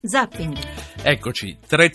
Zapping. Eccoci,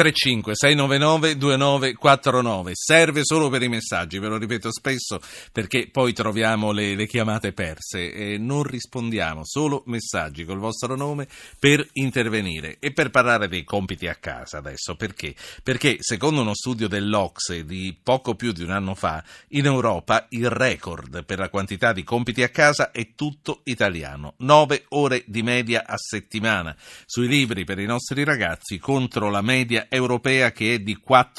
335-699-2949, serve solo per i messaggi, ve lo ripeto spesso perché poi troviamo le chiamate perse e non rispondiamo, solo messaggi col vostro nome per intervenire e per parlare dei compiti a casa adesso, perché? Perché secondo uno studio dell'OCSE di poco più di un anno fa, in Europa il record per la quantità di compiti a casa è tutto italiano, 9 ore di media a settimana, sui libri per i nostri ragazzi contro la media europea che è di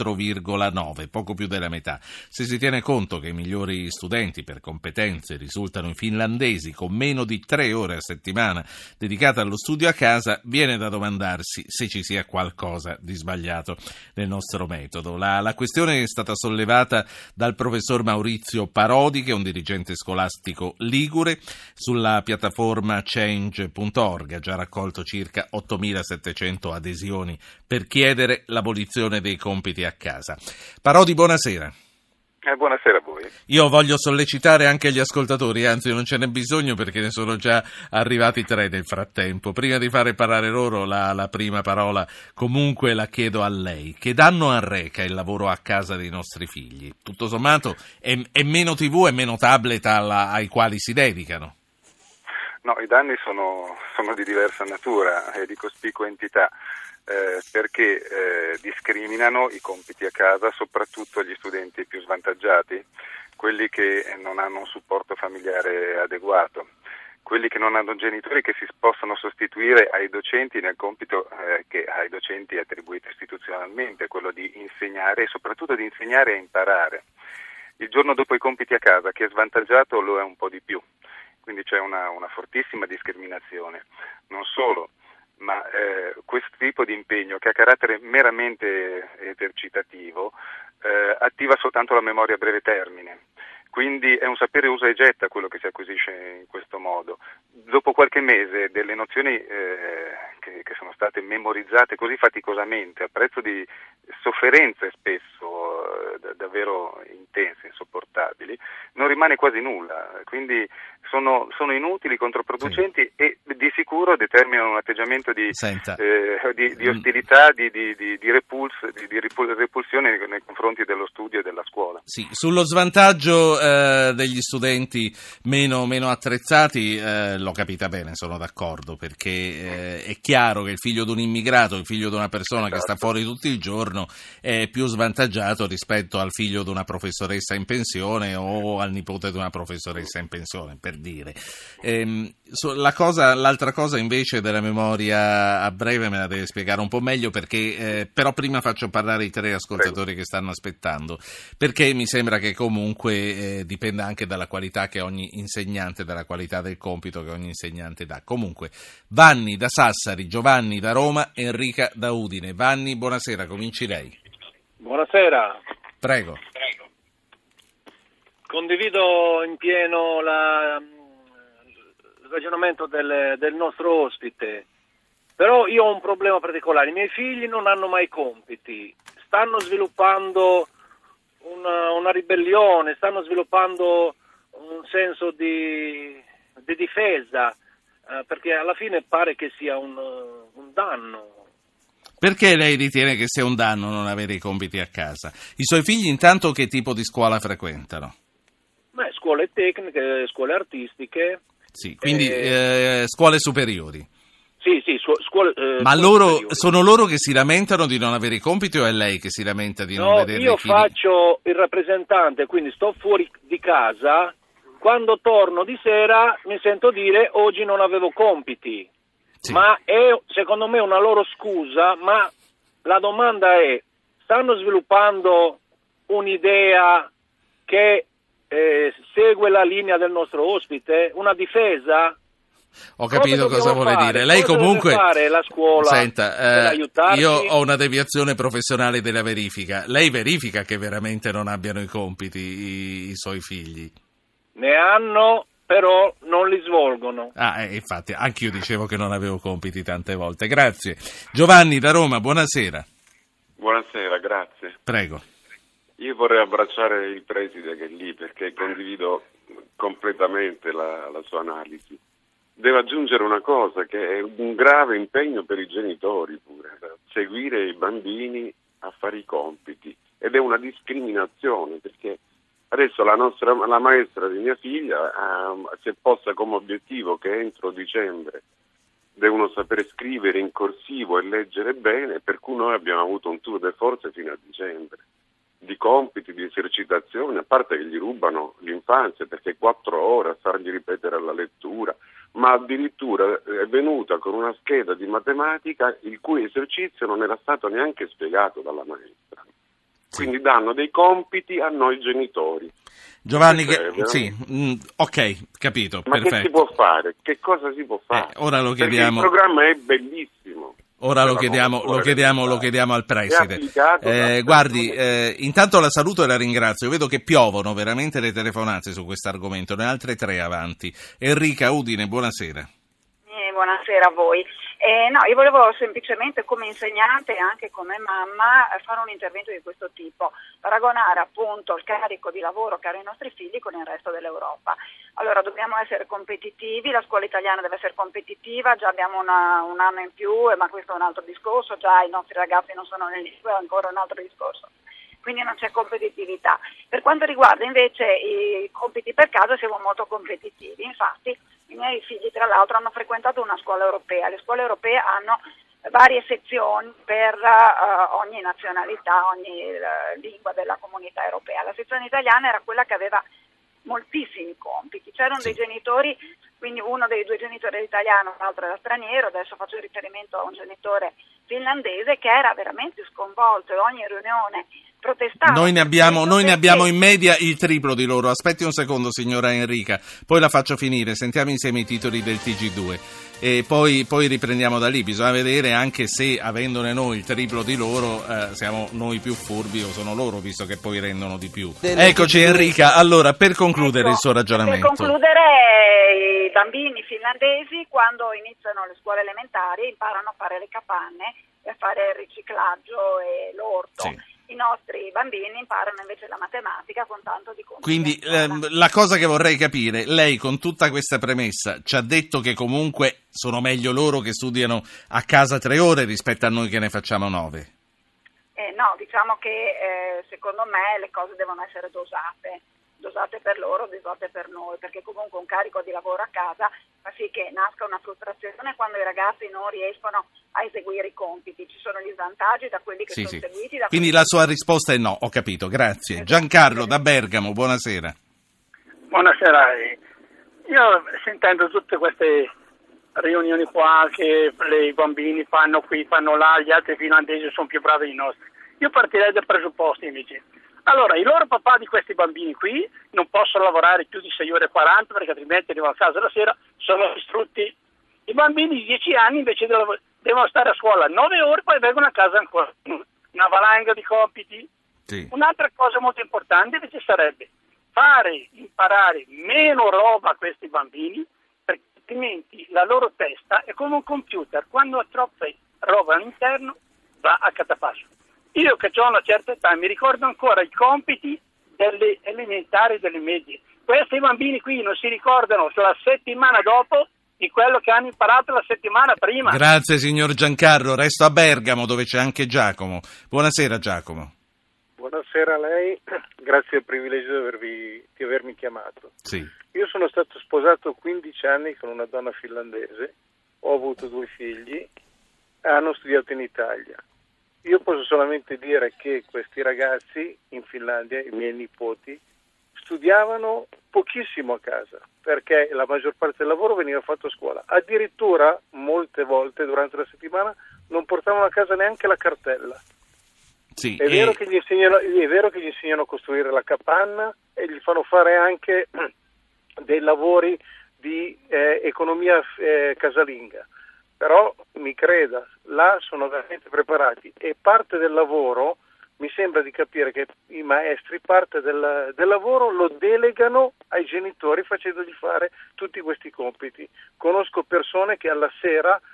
4,9, poco più della metà. Se si tiene conto che i migliori studenti per competenze risultano i finlandesi con meno di 3 ore a settimana dedicate allo studio a casa, viene da domandarsi se ci sia qualcosa di sbagliato nel nostro metodo. La questione è stata sollevata dal professor Maurizio Parodi, che è un dirigente scolastico ligure, sulla piattaforma change.org, ha già raccolto circa 8.700 adesioni per chiedere l'abolizione dei compiti a casa. Parodi, buonasera. Buonasera a voi. Io voglio sollecitare anche gli ascoltatori, anzi non ce n'è bisogno perché ne sono già arrivati 3 nel frattempo. Prima di fare parlare loro la prima parola, comunque la chiedo a lei. Che danno arreca il lavoro a casa dei nostri figli? Tutto sommato è meno TV e meno tablet ai quali si dedicano. No, i danni sono di diversa natura e di cospicua entità, perché discriminano i compiti a casa, soprattutto gli studenti più svantaggiati, quelli che non hanno un supporto familiare adeguato, quelli che non hanno genitori che si possano sostituire ai docenti nel compito che ai docenti è attribuito istituzionalmente, quello di insegnare e soprattutto di insegnare e imparare. Il giorno dopo i compiti a casa chi è svantaggiato lo è un po' di più. Quindi c'è una fortissima discriminazione. Non solo, ma questo tipo di impegno che ha carattere meramente esercitativo attiva soltanto la memoria a breve termine. Quindi è un sapere usa e getta quello che si acquisisce in questo modo. Dopo qualche mese delle nozioni che sono state memorizzate così faticosamente, a prezzo di sofferenze spesso davvero intense, insopportabili, non rimane quasi nulla. Quindi sono inutili, controproducenti, sì. E di sicuro determinano un atteggiamento di ostilità, di repulsione nei confronti dello studio e della scuola. Sì, sullo svantaggio degli studenti meno attrezzati l'ho capita bene, sono d'accordo, perché è chiaro che il figlio di un immigrato, il figlio di una persona che sta fuori tutto il giorno è più svantaggiato rispetto al figlio di una professoressa in pensione o al nipote di una professoressa in pensione, per dire. L'altra cosa invece della memoria a breve me la deve spiegare un po' meglio, perché però prima faccio parlare i 3 ascoltatori che stanno aspettando, perché mi sembra che comunque dipenda anche dalla qualità che ogni insegnante, dalla qualità del compito che ogni insegnante dà. Comunque, Vanni da Sassari, Giovanni da Roma, Enrica da Udine. Vanni, buonasera, cominci lei. Buonasera. Prego. Condivido in pieno il ragionamento del nostro ospite, però io ho un problema particolare. I miei figli non hanno mai compiti, stanno sviluppando una ribellione, stanno sviluppando un senso di difesa, perché alla fine pare che sia un danno. Perché lei ritiene che sia un danno non avere i compiti a casa? I suoi figli intanto che tipo di scuola frequentano? Scuole tecniche, scuole artistiche. Sì, quindi scuole superiori. Sì, scuole. Ma sono loro che si lamentano di non avere i compiti o è lei che si lamenta di non vedere i figli? Io faccio il rappresentante, quindi sto fuori di casa, quando torno di sera mi sento dire oggi non avevo compiti. Sì. Ma è secondo me una loro scusa, ma la domanda è: stanno sviluppando un'idea che segue la linea del nostro ospite, una difesa? Ho capito cosa vuole dire. Lei comunque deve fare la scuola? Senta, io ho una deviazione professionale della verifica. Lei verifica che veramente non abbiano i compiti i suoi figli? Ne hanno, però non li svolgono. Infatti, anch'io dicevo che non avevo compiti tante volte. Grazie. Giovanni da Roma, buonasera. Buonasera, grazie. Prego. Io vorrei abbracciare il preside che è lì, perché condivido completamente la sua analisi. devo aggiungere una cosa, che è un grave impegno per i genitori pure, seguire i bambini a fare i compiti, ed è una discriminazione, perché adesso la maestra di mia figlia si è posta come obiettivo che entro dicembre devono sapere scrivere in corsivo e leggere bene, per cui noi abbiamo avuto un tour de force fino a dicembre, di compiti, di esercitazioni, a parte che gli rubano l'infanzia, perché 4 ore a fargli ripetere la lettura, ma addirittura è venuta con una scheda di matematica il cui esercizio non era stato neanche spiegato dalla maestra. Quindi danno dei compiti a noi genitori. Giovanni, ok, capito, ma perfetto. che si può fare? Che cosa si può fare? Ora lo chiediamo. Perché il programma è bellissimo. Ora lo chiediamo al preside. Guardi, intanto la saluto e la ringrazio. Vedo che piovono veramente le telefonate su questo argomento, ne altre 3 avanti. Enrica Udine, buonasera. Buonasera a voi. No, io volevo semplicemente come insegnante e anche come mamma fare un intervento di questo tipo, paragonare appunto il carico di lavoro che hanno i nostri figli con il resto dell'Europa. Allora dobbiamo essere competitivi, la scuola italiana deve essere competitiva, già abbiamo un anno in più, ma questo è un altro discorso, già i nostri ragazzi non sono nel liceo, è ancora un altro discorso. Quindi non c'è competitività. Per quanto riguarda invece i compiti per casa siamo molto competitivi, infatti i miei figli tra l'altro hanno frequentato una scuola europea, le scuole europee hanno varie sezioni per ogni nazionalità, ogni lingua della comunità europea. La sezione italiana era quella che aveva moltissimi compiti, c'erano dei genitori, quindi uno dei 2 genitori era italiano, l'altro era straniero, adesso faccio riferimento a un genitore finlandese che era veramente sconvolto e ogni riunione protestava. Noi ne abbiamo in media il triplo di loro. Aspetti un secondo, signora Enrica, poi la faccio finire, sentiamo insieme i titoli del TG2 e poi riprendiamo da lì. Bisogna vedere anche se, avendone noi il triplo di loro, siamo noi più furbi o sono loro, visto che poi rendono di più. Eccoci Enrica, allora per concludere il suo ragionamento. Per concludere, i bambini finlandesi quando iniziano le scuole elementari imparano a fare le capanne e a fare il riciclaggio e l'orto. Sì. I nostri bambini imparano invece la matematica con tanto di compiti. Quindi la cosa che vorrei capire, lei con tutta questa premessa ci ha detto che comunque sono meglio loro che studiano a casa 3 ore rispetto a noi che ne facciamo 9? No, diciamo che secondo me le cose devono essere dosate per loro, dosate per noi, perché comunque un carico di lavoro a casa fa sì che nasca una frustrazione quando i ragazzi non riescono a eseguire i compiti. Ci sono gli svantaggi da quelli che sono seguiti. Quindi la sua risposta è no, ho capito, grazie. Giancarlo da Bergamo, buonasera. Buonasera. Io sentendo tutte queste riunioni qua che i bambini fanno qui, fanno là, gli altri finlandesi sono più bravi dei nostri. Io partirei dai presupposti invece. Allora, i loro papà di questi bambini qui non possono lavorare più di 6 ore e 40 perché altrimenti arrivano a casa la sera, sono distrutti. I bambini di 10 anni invece devono stare a scuola 9 ore, poi vengono a casa ancora. Una valanga di compiti. Sì. Un'altra cosa molto importante invece sarebbe fare imparare meno roba a questi bambini, perché altrimenti la loro testa è come un computer, quando ha troppa roba all'interno va a catapasso. Io che ho una certa età mi ricordo ancora i compiti delle elementari e delle medie. Questi bambini qui non si ricordano la settimana dopo di quello che hanno imparato la settimana prima. Grazie signor Giancarlo, resto a Bergamo dove c'è anche Giacomo. Buonasera Giacomo. Buonasera a lei, grazie al privilegio di avermi chiamato. Sì. Io sono stato sposato 15 anni con una donna finlandese, ho avuto 2 figli e hanno studiato in Italia. Io posso solamente dire che questi ragazzi in Finlandia, i miei nipoti, studiavano pochissimo a casa, perché la maggior parte del lavoro veniva fatto a scuola. Addirittura, molte volte durante la settimana, non portavano a casa neanche la cartella. Sì, è vero che gli insegnano a costruire la capanna e gli fanno fare anche dei lavori di economia casalinga. Però mi creda, là sono veramente preparati e parte del lavoro, mi sembra di capire che i maestri parte del lavoro lo delegano ai genitori facendogli fare tutti questi compiti. Conosco persone che alla sera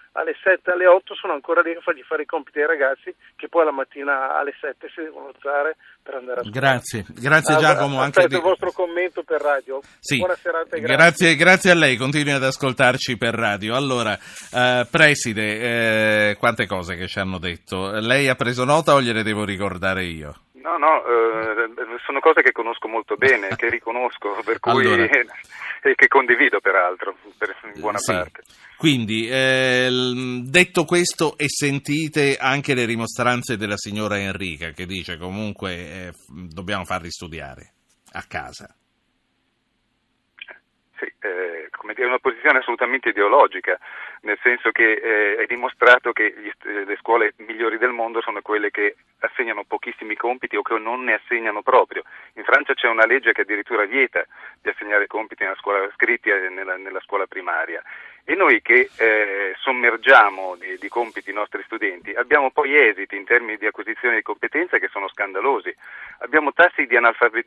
alle 7, alle 8 sono ancora lì a fargli fare i compiti ai ragazzi che poi la mattina alle 7 si devono alzare per andare a scuola. Grazie Giacomo. Aspetto il vostro commento per radio. Sì. Buona serata e grazie. Grazie a lei, continui ad ascoltarci per radio. Allora, preside, quante cose che ci hanno detto. Lei ha preso nota o gliele devo ricordare io? No, sono cose che conosco molto bene, che riconosco, per cui allora, e che condivido peraltro, in buona parte. Quindi, detto questo, e sentite anche le rimostranze della signora Enrica, che dice comunque dobbiamo farli studiare a casa. Sì, come dire, è una posizione assolutamente ideologica, nel senso che è dimostrato che le scuole migliori del mondo sono quelle che assegnano pochissimi compiti o che non ne assegnano proprio. In Francia c'è una legge che addirittura vieta di assegnare compiti nella scuola scritti nella scuola primaria. E noi che sommergiamo di compiti i nostri studenti abbiamo poi esiti in termini di acquisizione di competenze che sono scandalosi. Abbiamo tassi di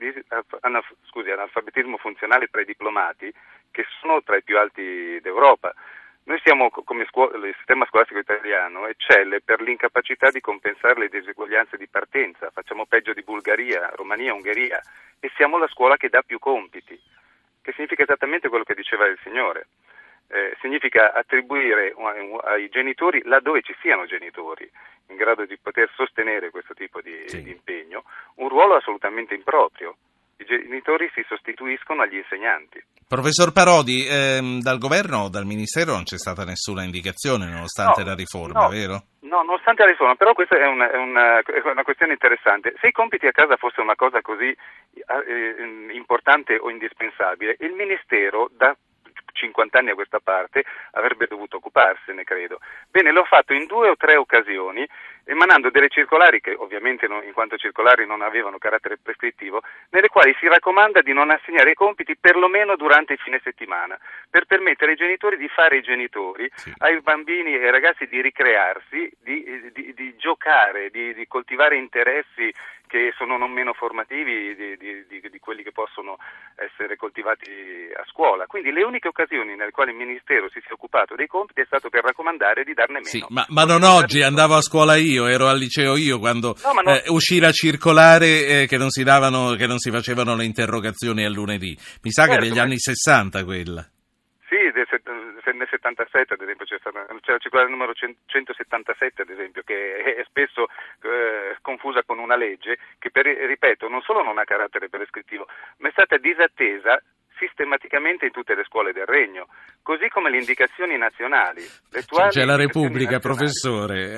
analfabetismo funzionale tra i diplomati che sono tra i più alti d'Europa. Noi siamo, il sistema scolastico italiano eccelle per l'incapacità di compensare le diseguaglianze di partenza. Facciamo peggio di Bulgaria, Romania, Ungheria, e siamo la scuola che dà più compiti, che significa esattamente quello che diceva il signore. Significa attribuire ai genitori, laddove ci siano genitori in grado di poter sostenere questo tipo di impegno, un ruolo assolutamente improprio. I genitori si sostituiscono agli insegnanti. Professor Parodi, dal governo o dal ministero non c'è stata nessuna indicazione nonostante la riforma, vero? No, nonostante la riforma, però questa è una questione interessante. Se i compiti a casa fosse una cosa così importante o indispensabile, il ministero da 50 anni a questa parte avrebbe dovuto occuparsene, credo. Bene, l'ho fatto in 2 o 3 occasioni, emanando delle circolari che ovviamente in quanto circolari non avevano carattere prescrittivo, nelle quali si raccomanda di non assegnare i compiti perlomeno durante il fine settimana, per permettere ai genitori di fare i genitori, ai bambini e ai ragazzi di ricrearsi, di giocare, di coltivare interessi che sono non meno formativi di quelli che possono essere coltivati a scuola. Quindi le uniche occasioni nelle quali il Ministero si sia occupato dei compiti è stato per raccomandare di darne meno. Sì, ma non oggi, andavo a scuola io, ero al liceo io quando uscì la circolare che non si facevano le interrogazioni al lunedì. Mi sa che negli anni 60 quella. Sì, nel 77 ad esempio c'è la circolare numero 177 ad esempio, che è spesso confusa con una legge che ripeto non solo non ha carattere prescrittivo, ma è stata disattesa sistematicamente in tutte le scuole del Regno, così come le indicazioni nazionali. C'è la Repubblica, professore.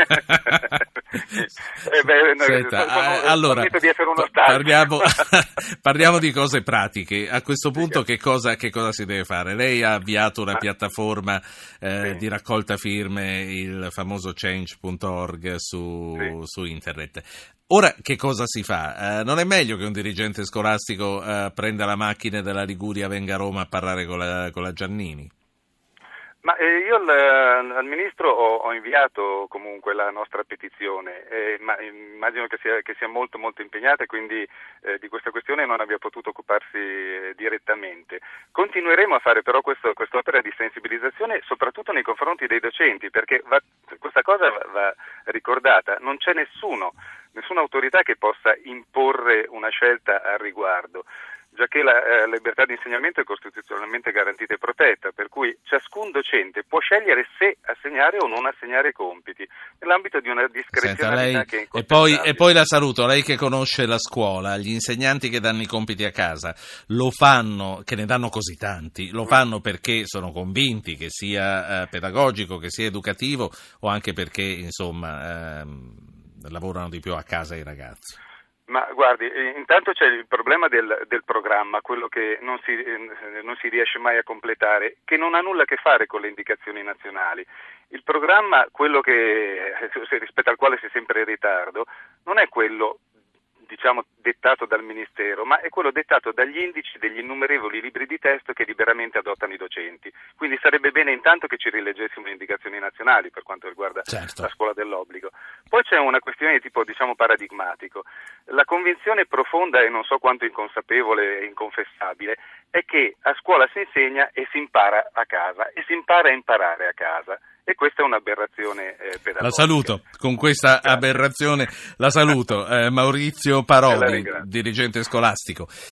Senta, allora di essere uno Stato. Parliamo di cose pratiche. A questo punto che cosa si deve fare? Lei ha avviato una piattaforma di raccolta firme, il famoso change.org su internet. Ora che cosa si fa? Non è meglio che un dirigente scolastico prenda la macchina della Liguria, venga a Roma a parlare con la Giannini? Ma io al Ministro ho inviato comunque la nostra petizione, ma immagino che sia molto molto impegnata e quindi di questa questione non abbia potuto occuparsi direttamente. Continueremo a fare però quest'opera di sensibilizzazione soprattutto nei confronti dei docenti, perché questa cosa va ricordata, non c'è nessuna autorità che possa imporre una scelta al riguardo, giacché la libertà di insegnamento è costituzionalmente garantita e protetta, per cui ciascun docente può scegliere se assegnare o non assegnare compiti, nell'ambito di una discrezionalità che è incontestabile. E poi la saluto, lei che conosce la scuola, gli insegnanti che danno i compiti a casa, lo fanno, che ne danno così tanti, lo fanno perché sono convinti che sia pedagogico, che sia educativo, o anche perché, insomma, lavorano di più a casa i ragazzi? Ma guardi, intanto c'è il problema del programma, quello che non si riesce mai a completare, che non ha nulla a che fare con le indicazioni nazionali. Il programma, quello rispetto al quale si è sempre in ritardo, non è quello dettato dal Ministero, ma è quello dettato dagli indici degli innumerevoli libri di testo che liberamente adottano i docenti. Quindi sarebbe bene intanto che ci rileggessimo le indicazioni nazionali per quanto riguarda la scuola dell'obbligo. Poi c'è una questione di tipo paradigmatico. La convinzione profonda e non so quanto inconsapevole e inconfessabile è che a scuola si insegna e si impara a casa e si impara a imparare a casa. e questa è un'aberrazione pedagogica. La saluto, con questa aberrazione la saluto. Maurizio Parodi, dirigente scolastico.